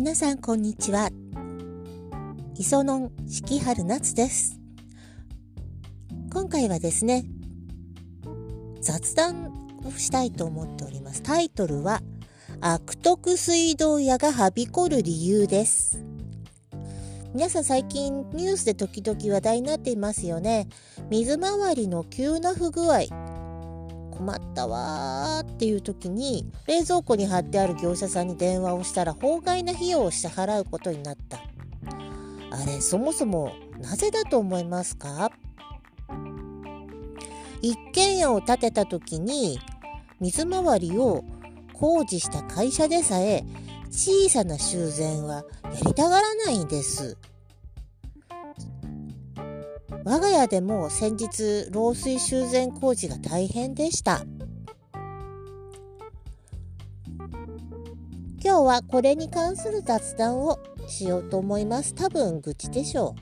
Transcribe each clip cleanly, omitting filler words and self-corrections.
皆さんこんにちは。磯野四季春夏です。今回はですね、雑談をしたいと思っております。タイトルは悪徳水道屋がはびこる理由です。皆さん最近ニュースで時々話題になっていますよね。水回りの急な不具合、困ったわーっていう時に冷蔵庫に貼ってある業者さんに電話をしたら法外な費用を支払うことになった。あれ、そもそもなぜだと思いますか？一軒家を建てた時に水回りを工事した会社でさえ小さな修繕はやりたがらないんです。我が家でも先日漏水修繕工事が大変でした。今日はこれに関する雑談をしようと思います。多分愚痴でしょう。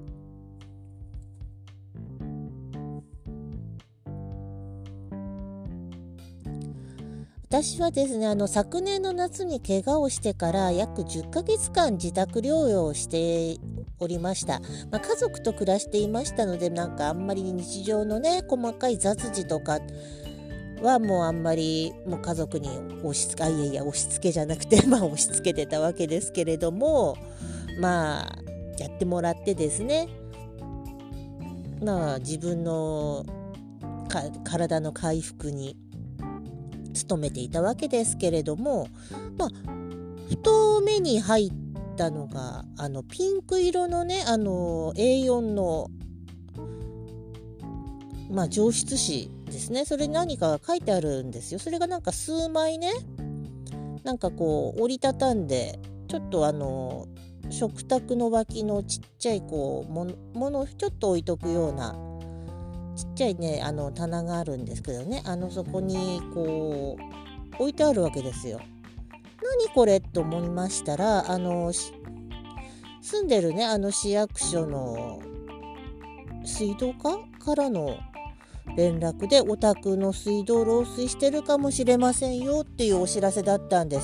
私はですね、昨年の夏に怪我をしてから約10ヶ月間自宅療養をしておりました。家族と暮らしていましたので、あんまり日常のね、細かい雑事とかはもうあんまりもう家族に押し付けじゃなくて押し付けてたわけですけれども、やってもらってですね、自分の体の回復に努めていたわけですけれども、ふと目に入ったのがピンク色のねA4 の上質紙ですね。それに何か書いてあるんですよ。それが数枚ね、折りたたんでちょっと食卓の脇のちっちゃいものをちょっと置いとくようなちっちゃいね棚があるんですけどね、そこに置いてあるわけですよ。何これと思いましたら、住んでるね市役所の水道課からの連絡で、お宅の水道漏水してるかもしれませんよっていうお知らせだったんです。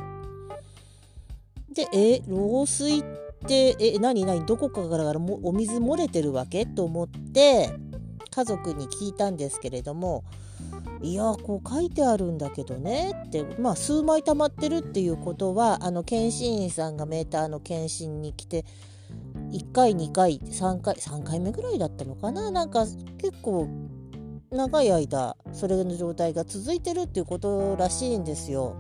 で、漏水って何どこかからお水漏れてるわけと思って家族に聞いたんですけれども、いやこう書いてあるんだけどねって、数枚溜まってるっていうことは検診員さんがメーターの検診に来て1回2回3回目ぐらいだったのかな、結構長い間それの状態が続いてるっていうことらしいんですよ。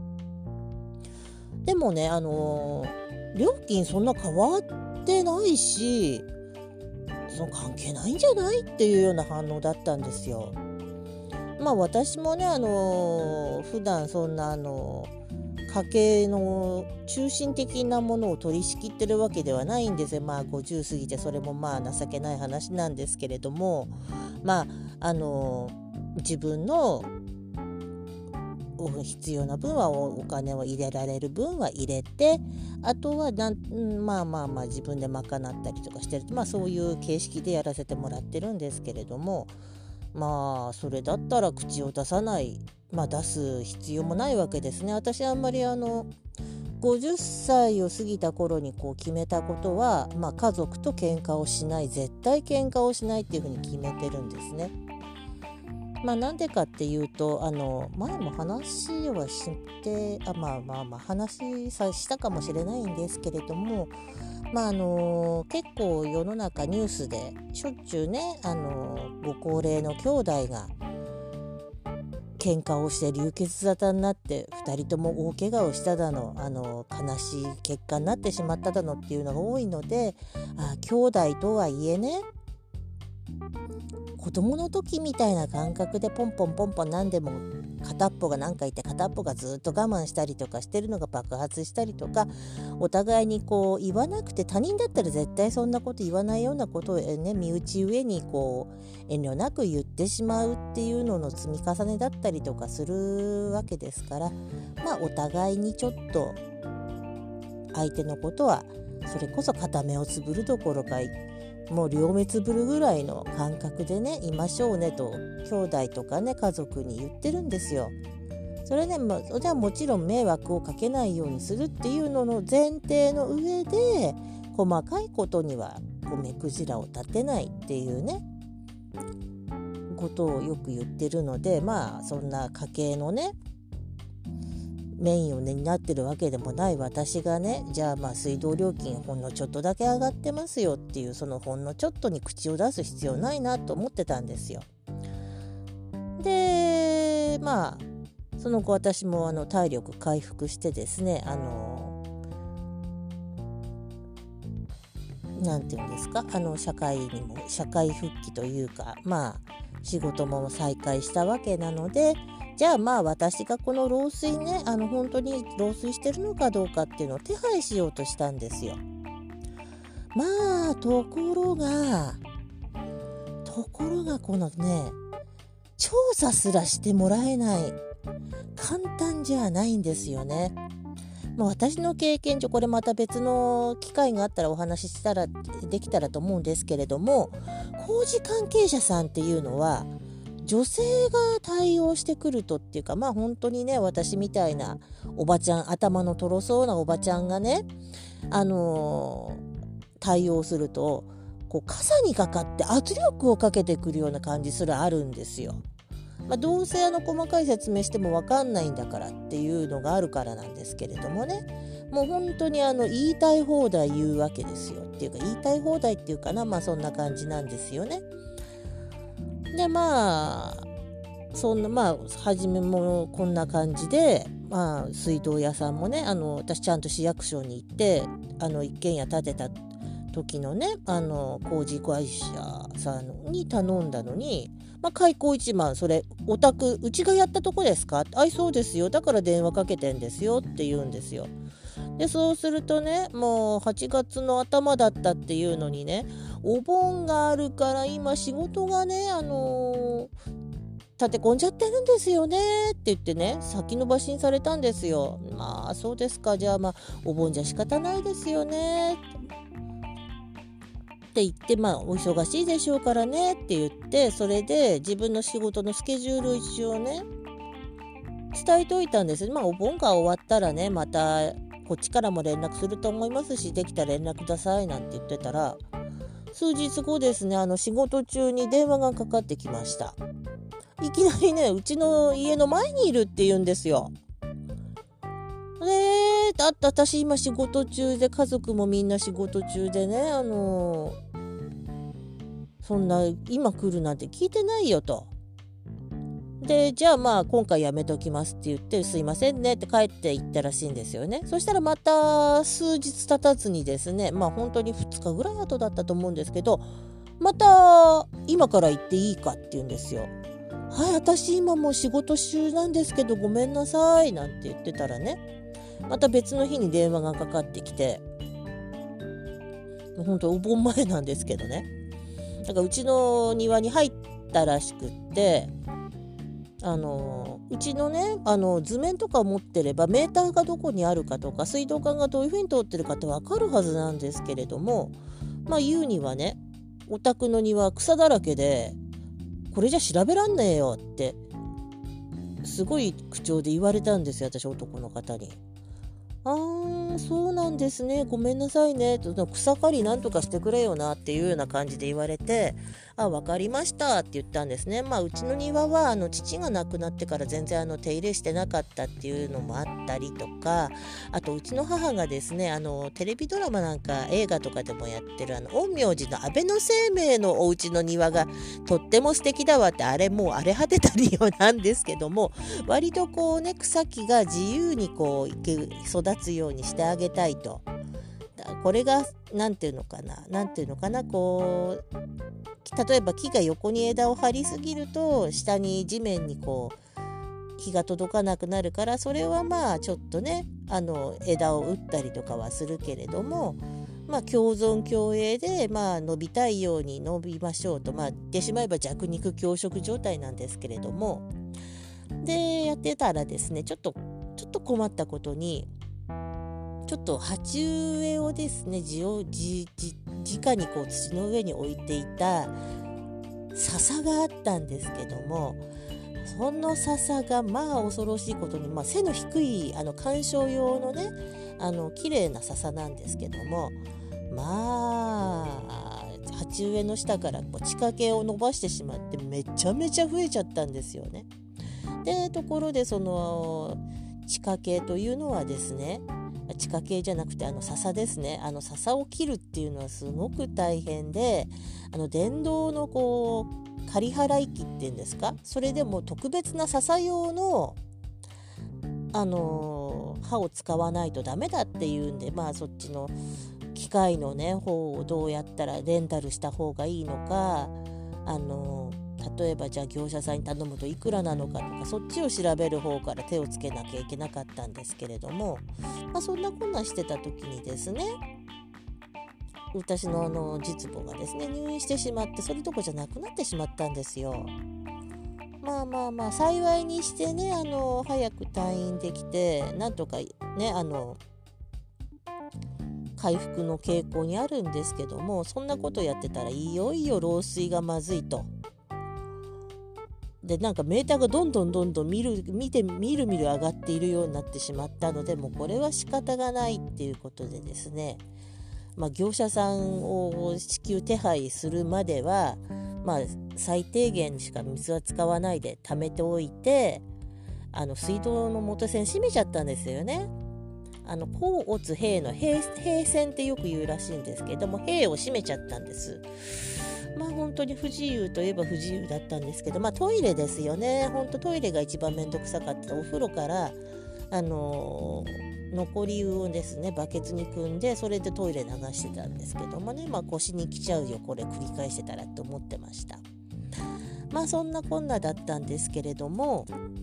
でもね料金そんな変わってないし、関係ないんじゃないっていうような反応だったんですよ。私もね普段そんな家計の中心的なものを取り仕切ってるわけではないんですよ。50過ぎてそれも情けない話なんですけれども、自分の必要な分はお金を入れられる分は入れて、あとは自分で賄ったりとかしてると、そういう形式でやらせてもらってるんですけれども、それだったら口を出さない、出す必要もないわけですね。私あんまり50歳を過ぎた頃に決めたことは、家族と喧嘩をしない、絶対喧嘩をしないっていうふうに決めてるんですね。なんでかっていうと前も話はして話したかもしれないんですけれども、結構世の中ニュースでしょっちゅうねご高齢の兄弟が喧嘩をして流血沙汰になって2人とも大怪我をしただの悲しい結果になってしまっただのっていうのが多いので、兄弟とはいえね、子供の時みたいな感覚でポンポン何でも片っぽが何か言って片っぽがずっと我慢したりとかしてるのが爆発したりとか、お互いに言わなくて、他人だったら絶対そんなこと言わないようなことを身内上に遠慮なく言ってしまうっていうのの積み重ねだったりとかするわけですから、お互いにちょっと相手のことはそれこそ片目をつぶるどころかもう両目つぶるぐらいの感覚でねいましょうねと兄弟とかね家族に言ってるんですよ。 それでもじゃあもちろん迷惑をかけないようにするっていうのの前提の上で、細かいことには目くじらを立てないっていうねことをよく言ってるので、そんな家計のねメインを担ってるわけでもない私がね、じゃあ水道料金ほんのちょっとだけ上がってますよっていう、そのほんのちょっとに口を出す必要ないなと思ってたんですよ。でその後私も体力回復してですね、なんていうんですか、社会復帰というか、仕事も再開したわけなので、じゃあ私がこの漏水ね、本当に漏水してるのかどうかっていうのを手配しようとしたんですよ。ところがこのね、調査すらしてもらえない、簡単じゃないんですよね。私の経験上、これまた別の機会があったらお話しできたらと思うんですけれども、工事関係者さんっていうのは女性が対応してくるとっていうか、本当にね、私みたいなおばちゃん、頭のとろそうなおばちゃんがね、対応すると傘にかかって圧力をかけてくるような感じすらあるんですよ。どうせ細かい説明しても分かんないんだからっていうのがあるからなんですけれどもね、もう本当に言いたい放題言うわけですよ。っていうか言いたい放題っていうかな、そんな感じなんですよね。でそんな初めもこんな感じで、水道屋さんもね、私ちゃんと市役所に行って一軒家建てた時のね、工事会社さんに頼んだのに、開口一番、それお宅うちがやったとこですか？そうですよ、だから電話かけてんですよって言うんですよ。でそうするとね、もう8月の頭だったっていうのにね、お盆があるから今仕事がね立て込んじゃってるんですよねって言ってね、先延ばしにされたんですよ。そうですか、じゃあお盆じゃ仕方ないですよねって言って、お忙しいでしょうからねって言って、それで自分の仕事のスケジュールを一応ね伝えといたんです。お盆が終わったらね、またこっちからも連絡すると思いますし、できたら連絡くださいなんて言ってたら、数日後ですね、仕事中に電話がかかってきました。いきなりね、うちの家の前にいるって言うんですよ。私今仕事中で、家族もみんな仕事中でね、そんな今来るなんて聞いてないよと。でじゃあ今回やめときますって言って、すいませんねって帰って行ったらしいんですよね。そしたらまた数日経たずにですね、本当に2日ぐらい後だったと思うんですけど、また今から行っていいかって言うんですよ。私今もう仕事中なんですけどごめんなさいなんて言ってたらね、また別の日に電話がかかってきて、本当お盆前なんですけどね、うちの庭に入ったらしくって、うちのね図面とか持ってればメーターがどこにあるかとか水道管がどういう風に通ってるかって分かるはずなんですけれども、言うにはね、お宅の庭草だらけでこれじゃ調べらんねえよってすごい口調で言われたんですよ、私男の方に。そうなんですね、ごめんなさいねと、草刈りなんとかしてくれよなっていうような感じで言われて、分かりましたって言ったんですね。うちの庭は父が亡くなってから全然手入れしてなかったっていうのもあったりとか、あとうちの母がですね、テレビドラマなんか映画とかでもやってる陰陽師の安倍の生命のお家の庭がとっても素敵だわって、あれもう荒れ果てた理由なんですけども、割と草木が自由に育つようにしてあげたいと。これがなんていうのかな、例えば木が横に枝を張りすぎると下に地面に日が届かなくなるから、それはちょっとね枝を打ったりとかはするけれども、共存共栄で伸びたいように伸びましょうと、言ってしまえば弱肉強食状態なんですけれども、でやってたらですね、ちょっと困ったことに、ちょっと鉢植えをですね直に土の上に置いていた笹があったんですけども、 その笹がまあ恐ろしいことに、背の低い観賞用のね綺麗な笹なんですけども、鉢植えの下から地下茎を伸ばしてしまってめちゃめちゃ増えちゃったんですよね。でところでその地下茎というのはですね、地下茎じゃなくて笹ですね。笹を切るっていうのはすごく大変で、電動の仮払い機っていうんですか、それでも特別な笹用の刃を使わないとダメだっていうんで、そっちの機械のね方をどうやったらレンタルした方がいいのか、例えばじゃあ業者さんに頼むといくらなのかとか、そっちを調べる方から手をつけなきゃいけなかったんですけれども、そんなこんなしてた時にですね、私の実母がですね入院してしまって、それどころじゃなくなってしまったんですよ。幸いにしてね早く退院できて、なんとかね回復の傾向にあるんですけども、そんなことやってたらいよいよ老衰がまずいと。でなんかメーターがどんどんみるみる上がっているようになってしまったので、もうこれは仕方がないっていうことでですね、業者さんを至急手配するまでは、最低限しか水は使わないで貯めておいて、水道の元栓閉めちゃったんですよね。甲乙丙の閉栓ってよく言うらしいんですけども、閉を閉めちゃったんです。本当に不自由といえば不自由だったんですけど、トイレですよね。本当トイレが一番めんどくさかった。お風呂から残り湯をですねバケツに汲んで、それでトイレ流してたんですけどもね、腰に来ちゃうよこれ繰り返してたらと思ってました。そんなこんなだったんですけれども、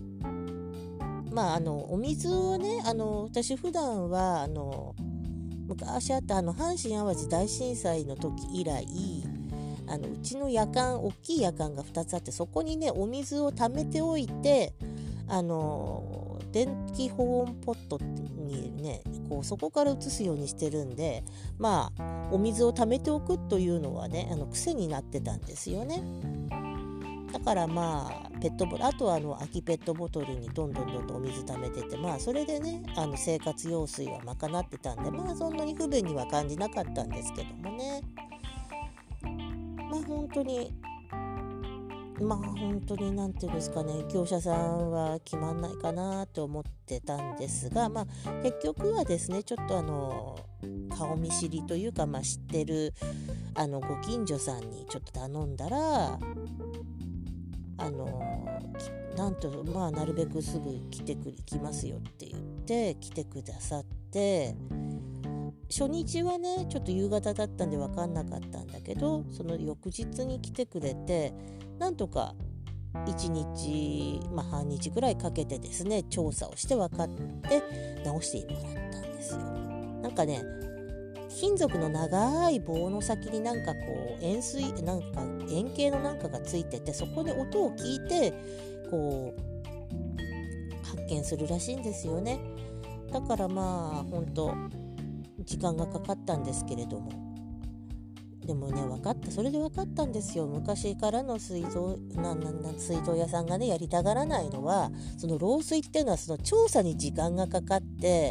お水をね私普段は昔あった阪神・淡路大震災の時以来、うちの夜間、大きい夜間が2つあって、そこにねお水を溜めておいて、電気保温ポットにねそこから移すようにしてるんで、お水を溜めておくというのはね癖になってたんですよね。だからペットボトル、あとは空きペットボトルにどんどんお水溜めてて、それでね生活用水は賄ってたんで、そんなに不便には感じなかったんですけどもね。本当になんていうんですかね、業者さんは決まんないかなと思ってたんですが、結局はですねちょっと顔見知りというか、知ってるご近所さんにちょっと頼んだら、なんとなるべくすぐ行きますよって言って来てくださって、初日はねちょっと夕方だったんで分かんなかったんだけど、その翌日に来てくれて、なんとか1日、半日ぐらいかけてですね調査をして分かって直してもらったんですよ。なんかね金属の長い棒の先になんか円形のなんかがついてて、そこで音を聞いて発見するらしいんですよね。だから本当時間がかかったんですけれども、でもねそれで分かったんですよ。昔からの水道屋さんがねやりたがらないのは、その漏水っていうのはその調査に時間がかかって、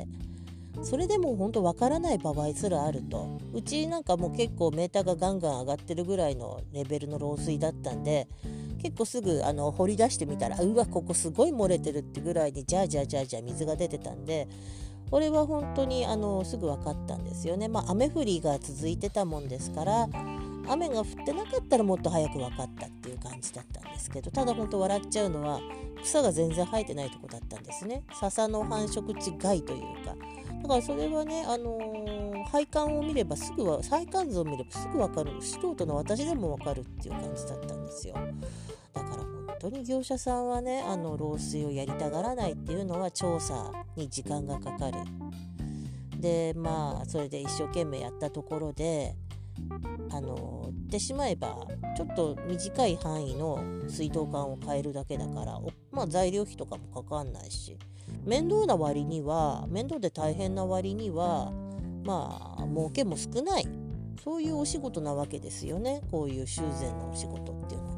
それでも本当分からない場合すらあると。うちなんかもう結構メーターがガンガン上がってるぐらいのレベルの漏水だったんで、結構すぐ掘り出してみたら、うわここすごい漏れてるってぐらいにじゃあ水が出てたんで、これは本当にすぐ分かったんですよね。雨降りが続いてたもんですから、雨が降ってなかったらもっと早く分かったっていう感じだったんですけど、ただ本当笑っちゃうのは草が全然生えてないとこだったんですね。笹の繁殖地外というか、だからそれはね配管を見れば配管図を見ればすぐ分かる、素人の私でも分かるっていう感じだったんですよ。だから本当に業者さんはね漏水をやりたがらないっていうのは調査に時間がかかる。でそれで一生懸命やったところで言ってしまえばちょっと短い範囲の水道管を変えるだけだから、材料費とかもかかんないし、面倒で大変な割には儲けも少ない、そういうお仕事なわけですよね。こういう修繕のお仕事っていうのは。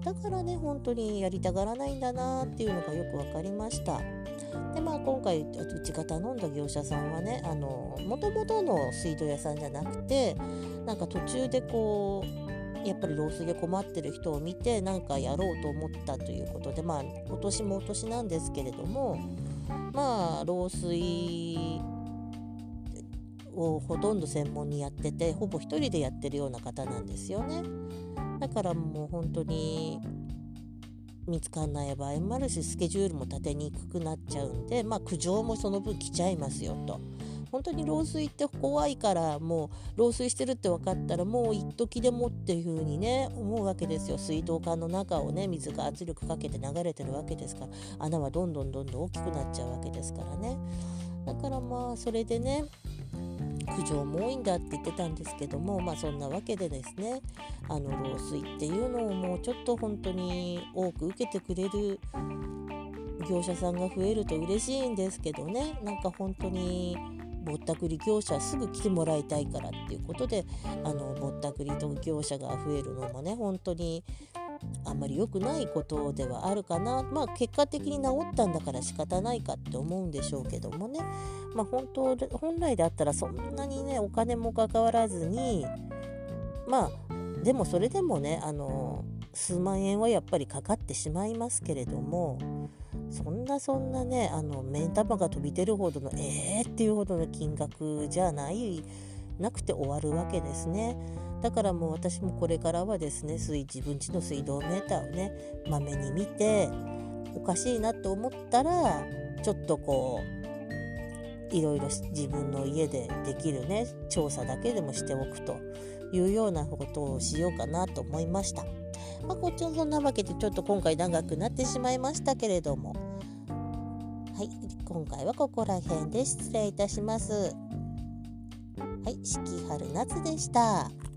だからね本当にやりたがらないんだなっていうのがよく分かりました。で今回うちが頼んだ業者さんはねもともとの水道屋さんじゃなくて、なんか途中でやっぱり漏水で困ってる人を見てなんかやろうと思ったということで、お年もお年なんですけれども、漏水をほとんど専門にやってて、ほぼ一人でやってるような方なんですよね。だからもう本当に見つかんない場合もあるし、スケジュールも立てにくくなっちゃうんで、苦情もその分来ちゃいますよと。本当に漏水って怖いから、もう漏水してるって分かったらもう一時でもっていう風にね思うわけですよ。水道管の中をね水が圧力かけて流れてるわけですから、穴はどんどん大きくなっちゃうわけですからね。だからそれでね苦情も多いんだって言ってたんですけども、そんなわけでですね、漏水っていうのをもうちょっと本当に多く受けてくれる業者さんが増えると嬉しいんですけどね、なんか本当にぼったくり業者すぐ来てもらいたいからっていうことでぼったくりと業者が増えるのもね本当にあんまり良くないことではあるかな。結果的に治ったんだから仕方ないかって思うんでしょうけどもね、本来だったらそんなにねお金もかかわらずにでもそれでもね数万円はやっぱりかかってしまいますけれども、そんなね目ん玉が飛び出るほどのっていうほどの金額じゃなくて終わるわけですね。だからもう私もこれからはですね自分家の水道メーターをねまめに見て、おかしいなと思ったらちょっといろいろ自分の家でできるね調査だけでもしておくというようなことをしようかなと思いました。こっちのそんなわけでちょっと今回長くなってしまいましたけれども、今回はここら辺で失礼いたします。四季春夏でした。